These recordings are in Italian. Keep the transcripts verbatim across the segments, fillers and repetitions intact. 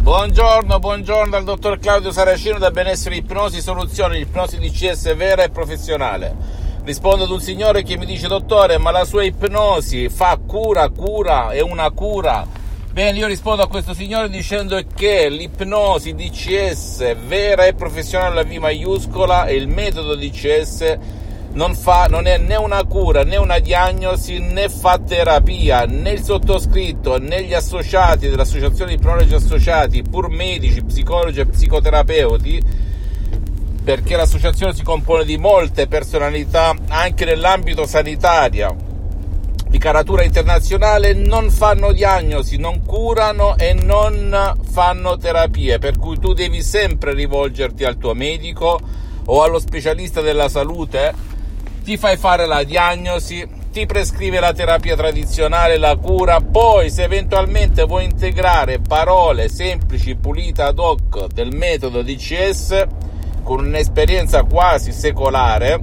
Buongiorno, buongiorno dal dottor Claudio Saracino da Benessere Ipnosi Soluzioni, ipnosi D C S vera e professionale. Rispondo ad un signore che mi dice: dottore, ma la sua ipnosi fa cura, cura, è una cura? Bene, io rispondo a questo signore dicendo che l'ipnosi D C S vera e professionale, la V maiuscola, e il metodo D C S non fa, non è né una cura, né una diagnosi, né fa terapia, né il sottoscritto, né gli associati dell'associazione di ipnologi associati, pur medici, psicologi e psicoterapeuti, perché l'associazione si compone di molte personalità anche nell'ambito sanitario di caratura internazionale, non fanno diagnosi, non curano e non fanno terapie, per cui tu devi sempre rivolgerti al tuo medico o allo specialista della salute. Ti fai fare la diagnosi, ti prescrive la terapia tradizionale, la cura, poi se eventualmente vuoi integrare parole semplici, pulite ad hoc del metodo D C S, con un'esperienza quasi secolare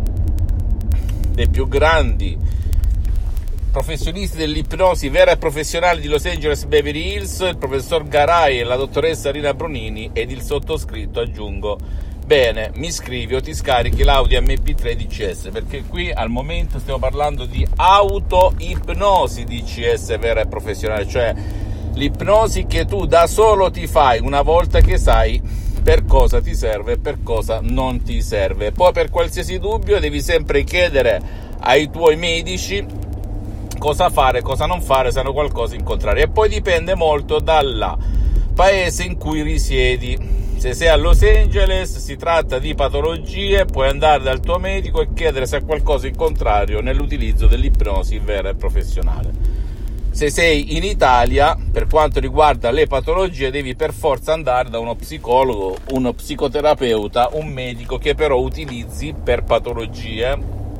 dei più grandi professionisti dell'ipnosi vera e professionale di Los Angeles Beverly Hills, il professor Garay e la dottoressa Rina Brunini, ed il sottoscritto, aggiungo. Bene, mi iscrivi o ti scarichi l'audio M P tre D C S, perché qui al momento stiamo parlando di auto-ipnosi D C S vera e professionale, cioè l'ipnosi che tu da solo ti fai una volta che sai per cosa ti serve e per cosa non ti serve. Poi per qualsiasi dubbio devi sempre chiedere ai tuoi medici cosa fare, cosa non fare, se hanno qualcosa in contrario, e poi dipende molto dal paese in cui risiedi. Se sei a Los Angeles, si tratta di patologie, puoi andare dal tuo medico e chiedere se ha qualcosa in contrario nell'utilizzo dell'ipnosi vera e professionale. Se sei in Italia, per quanto riguarda le patologie, devi per forza andare da uno psicologo, uno psicoterapeuta, un medico che però utilizzi per patologie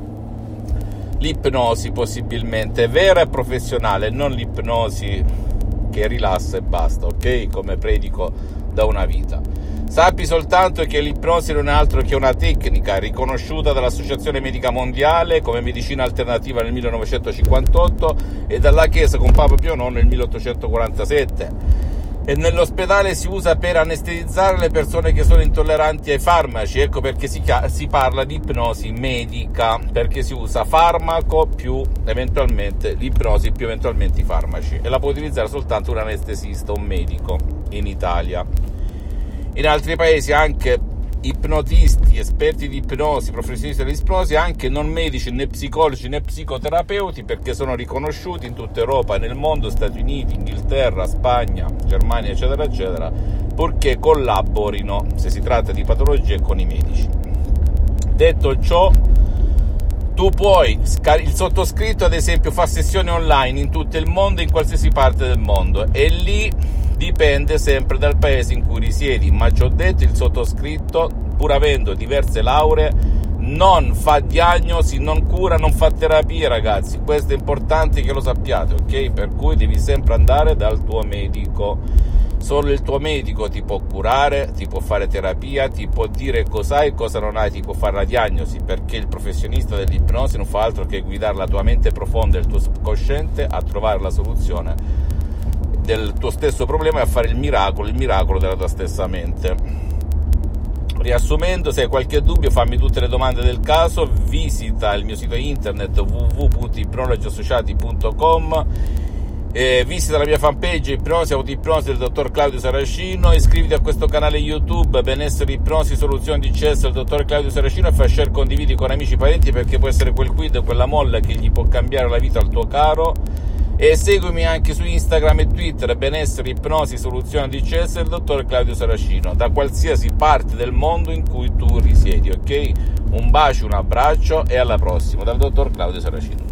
l'ipnosi possibilmente vera e professionale, non l'ipnosi che rilassa e basta, ok? Come predico da una vita. Sappi soltanto che l'ipnosi non è altro che una tecnica riconosciuta dall'Associazione Medica Mondiale come medicina alternativa nel millenovecentocinquantotto e dalla Chiesa con Papa Pio nono nel milleottocentoquarantasette. E nell'ospedale si usa per anestetizzare le persone che sono intolleranti ai farmaci. Ecco perché si, si parla di ipnosi medica, perché si usa farmaco più eventualmente l'ipnosi più eventualmente i farmaci, e la può utilizzare soltanto un anestesista, un medico in Italia. In altri paesi anche ipnotisti, esperti di ipnosi, professionisti dell'ipnosi, anche non medici né psicologi né psicoterapeuti, perché sono riconosciuti in tutta Europa e nel mondo, Stati Uniti, Inghilterra, Spagna, Germania, eccetera, eccetera, purché collaborino, se si tratta di patologie, con i medici. Detto ciò, tu puoi, il sottoscritto ad esempio fa sessioni online in tutto il mondo, in qualsiasi parte del mondo, e lì dipende sempre dal paese in cui risiedi, ma ci ho detto, il sottoscritto, pur avendo diverse lauree, non fa diagnosi, non cura, non fa terapie, ragazzi. Questo è importante che lo sappiate, ok? Per cui devi sempre andare dal tuo medico. Solo il tuo medico ti può curare, ti può fare terapia, ti può dire cosa hai e cosa non hai, ti può fare la diagnosi, perché il professionista dell'ipnosi non fa altro che guidare la tua mente profonda e il tuo subconsciente a trovare la soluzione del tuo stesso problema e a fare il miracolo, il miracolo della tua stessa mente. Riassumendo, se hai qualche dubbio, fammi tutte le domande del caso, visita il mio sito internet w w w punto ipnologi associati punto com, eh, visita la mia fanpage Ipnosi Autoipnosi del dottor Claudio Saracino, iscriviti a questo canale YouTube Benessere Ipnosi Soluzioni D C S del dottor Claudio Saracino e fai share, condividi con amici e parenti, perché può essere quel quid, quella molla che gli può cambiare la vita al tuo caro. E seguimi anche su Instagram e Twitter, Benessere Ipnosi Soluzioni D C S del dottor Claudio Saracino, da qualsiasi parte del mondo in cui tu risiedi, ok? Un bacio, un abbraccio e alla prossima dal dottor Claudio Saracino.